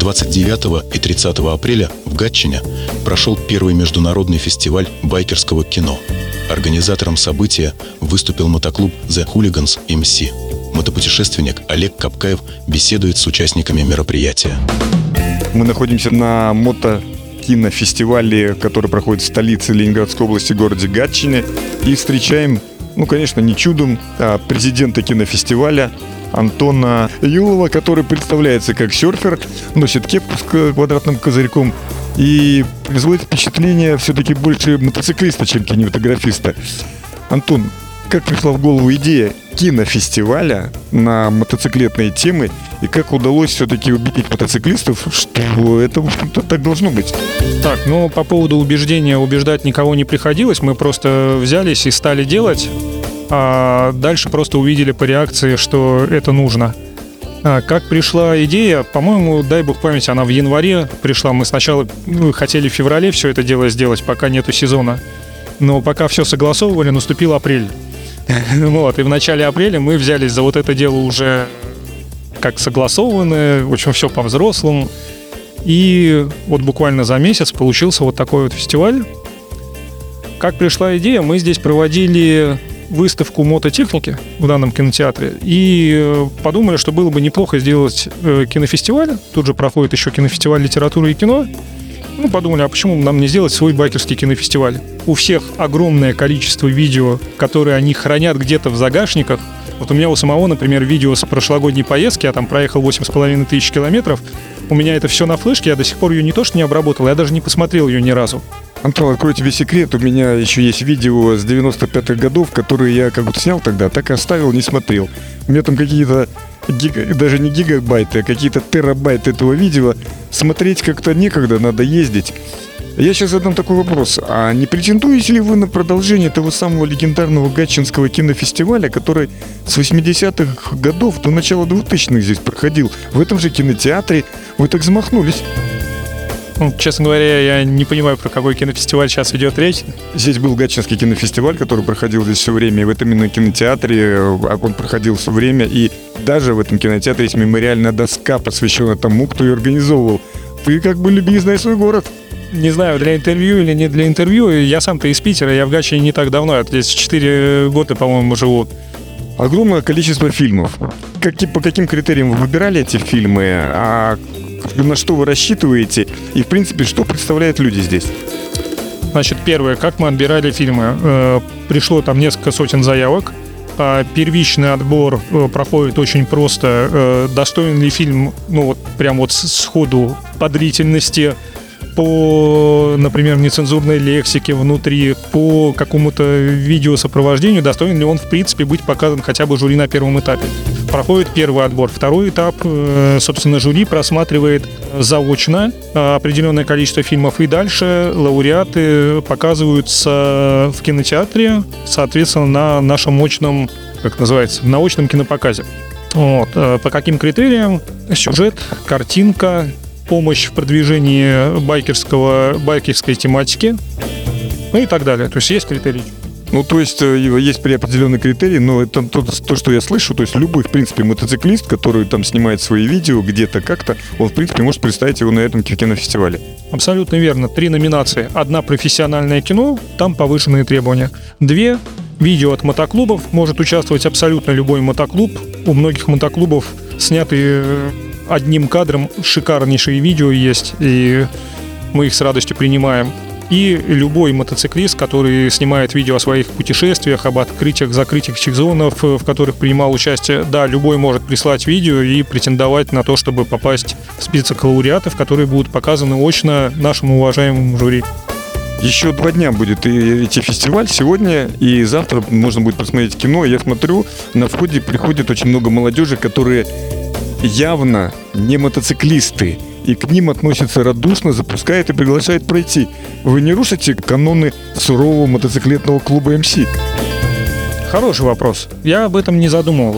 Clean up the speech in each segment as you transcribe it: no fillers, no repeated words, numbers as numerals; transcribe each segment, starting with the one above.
29 и 30 апреля в Гатчине прошел первый международный фестиваль байкерского кино. Организатором события выступил мотоклуб The Hooligans MC. Мотопутешественник Олег Капкаев беседует с участниками мероприятия. Мы находимся на мотокинофестивале, который проходит в столице Ленинградской области, городе Гатчине. И встречаем, конечно, не чудом, а президента кинофестиваля Антона Юлова, который представляется как серфер, носит кепку с квадратным козырьком и производит впечатление все-таки больше мотоциклиста, чем кинематографиста. Антон, как пришла в голову идея кинофестиваля на мотоциклетные темы и как удалось все-таки убедить мотоциклистов, что это, в общем-то, так должно быть? Так, по поводу убеждения убеждать никого не приходилось, мы просто взялись и стали делать, а дальше просто увидели по реакции, что это нужно. Как пришла идея, по-моему, дай бог памяти, она в январе пришла. Мы сначала хотели в феврале все это дело сделать, пока нету сезона. Но пока все согласовывали, наступил апрель. И в начале апреля мы взялись за вот это дело уже как согласованное, в общем, все по-взрослому. И вот буквально за месяц получился вот такой вот фестиваль. Как пришла идея, мы здесь проводили выставку мототехники в данном кинотеатре и подумали, что было бы неплохо сделать кинофестиваль. Тут же проходит еще кинофестиваль литературы и кино. Подумали, а почему нам не сделать свой байкерский кинофестиваль? У всех огромное количество видео, которые они хранят где-то в загашниках. Вот у меня у самого, например, видео с прошлогодней поездки, я там проехал 8500 километров. У меня это все на флешке, я до сих пор ее не то что не обработал, я даже не посмотрел ее ни разу. Антон, открою тебе секрет, у меня еще есть видео с 95-х годов, которые я как будто снял тогда, так и оставил, не смотрел. У меня там какие-то, даже не гигабайты, а какие-то терабайты этого видео. Смотреть как-то некогда, надо ездить. Я сейчас задам такой вопрос. А не претендуете ли вы на продолжение того самого легендарного гатчинского кинофестиваля, который с 80-х годов до начала 2000-х здесь проходил? В этом же кинотеатре вы так замахнулись. Честно говоря, я не понимаю, про какой кинофестиваль сейчас идет речь. Здесь был Гатчинский кинофестиваль, который проходил здесь все время. И в этом именно кинотеатре он проходил все время. И даже в этом кинотеатре есть мемориальная доска, посвященная тому, кто ее организовывал. Ты как бы люби и знай свой город. Не знаю, для интервью или не для интервью. Я сам-то из Питера, я в Гатчине не так давно. Я здесь 4 года, по-моему, живу. Огромное количество фильмов. По каким критериям вы выбирали эти фильмы? На что вы рассчитываете? И, в принципе, что представляют люди здесь? Значит, первое, как мы отбирали фильмы. Пришло там несколько сотен заявок. Первичный отбор проходит очень просто. Достоин ли фильм, прям сходу по длительности, по, например, нецензурной лексике внутри, по какому-то видеосопровождению, достоин ли он, в принципе, быть показан хотя бы жюри на первом этапе. Проходит первый отбор. Второй этап, собственно, жюри просматривает заочно определенное количество фильмов, и дальше лауреаты показываются в кинотеатре, соответственно, на нашем мочном, на очном кинопоказе. По каким критериям? Сюжет, картинка, помощь в продвижении байкерской тематики, и так далее. То есть есть критерии. То есть есть определенный критерий, но это то, что я слышу. То есть любой, в принципе, мотоциклист, который там снимает свои видео где-то как-то, он, в принципе, может представить его на этом кинофестивале. Абсолютно верно. 3 номинации. 1 профессиональное кино, там повышенные требования. 2 видео от мотоклубов. Может участвовать абсолютно любой мотоклуб. У многих мотоклубов сняты одним кадром шикарнейшие видео есть, и мы их с радостью принимаем. И любой мотоциклист, который снимает видео о своих путешествиях, об открытиях, закрытиях сезонов, в которых принимал участие, да, любой может прислать видео и претендовать на то, чтобы попасть в список лауреатов, которые будут показаны очно нашему уважаемому жюри. Еще 2 дня будет идти фестиваль. Сегодня и завтра можно будет посмотреть кино. Я смотрю, на входе приходит очень много молодежи, которые явно не мотоциклисты, и к ним относятся радушно, запускают и приглашают пройти. Вы не рушите каноны сурового мотоциклетного клуба МС? Хороший вопрос. Я об этом не задумывался.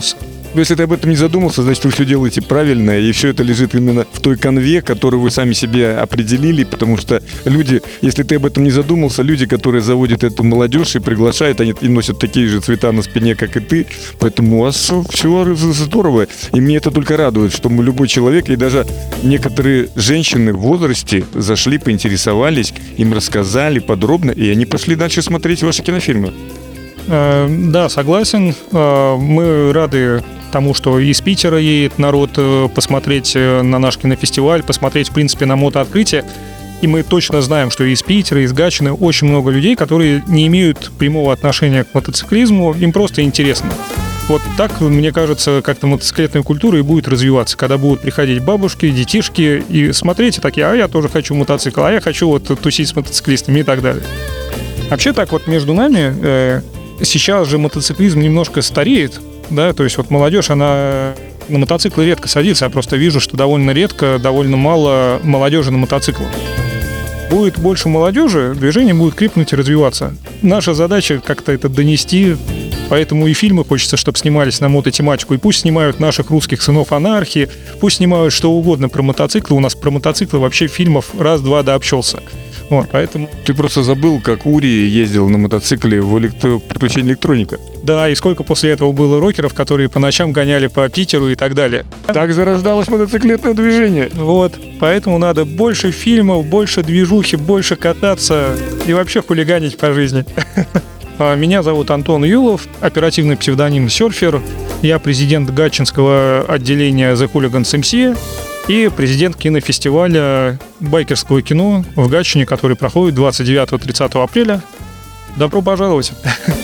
Если ты об этом не задумался, значит, вы все делаете правильно, и все это лежит именно в той канве, которую вы сами себе определили, потому что люди, если ты об этом не задумался, люди, которые заводят эту молодежь и приглашают, они и носят такие же цвета на спине, как и ты, поэтому у вас все здорово, и мне это только радует, что любой человек, и даже некоторые женщины в возрасте зашли, поинтересовались, им рассказали подробно, и они пошли дальше смотреть ваши кинофильмы. Да, согласен. Мы рады тому, что из Питера едет народ посмотреть на наш кинофестиваль, посмотреть, в принципе, на мотооткрытие. И мы точно знаем, что из Питера, из Гатчины очень много людей, которые не имеют прямого отношения к мотоциклизму, им просто интересно. Вот так, мне кажется, как-то мотоциклетная культура и будет развиваться, когда будут приходить бабушки, детишки и смотреть, и такие, а я тоже хочу мотоцикл, а я хочу вот тусить с мотоциклистами и так далее. Вообще так вот между нами, сейчас же мотоциклизм немножко стареет, да, то есть вот молодежь, она на мотоциклы редко садится, я просто вижу, что довольно редко, довольно мало молодежи на мотоциклах. Будет больше молодежи, движение будет крепнуть и развиваться. Наша задача как-то это донести, поэтому и фильмы хочется, чтобы снимались на мототематику, и пусть снимают наших русских сынов анархии, пусть снимают что угодно про мотоциклы, у нас про мотоциклы вообще фильмов раз-два да обчелся. Вот, поэтому... Ты просто забыл, как Ури ездил на мотоцикле в «Приключения электроника». Да, и сколько после этого было рокеров, которые по ночам гоняли по Питеру и так далее. Так зарождалось мотоциклетное движение. Вот, поэтому надо больше фильмов, больше движухи, больше кататься и вообще хулиганить по жизни. Меня зовут Антон Юлов, оперативный псевдоним «Серфер». Я президент гатчинского отделения The Hooligans MC и президент кинофестиваля байкерского кино в Гатчине, который проходит 29-30 апреля. Добро пожаловать!